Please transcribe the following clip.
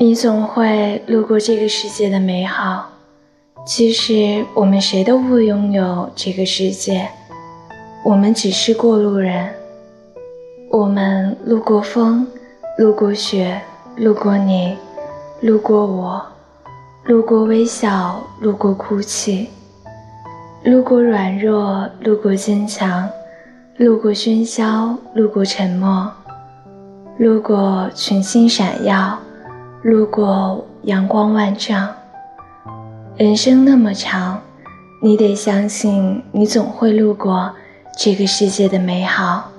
你总会路过这个世界的美好，其实我们谁都不拥有这个世界，我们只是过路人。我们路过风，路过雪，路过你，路过我，路过微笑，路过哭泣，路过软弱，路过坚强，路过喧嚣，路过沉默，路过群星闪耀，路过阳光万丈。人生那么长，你得相信你总会路过这个世界的美好。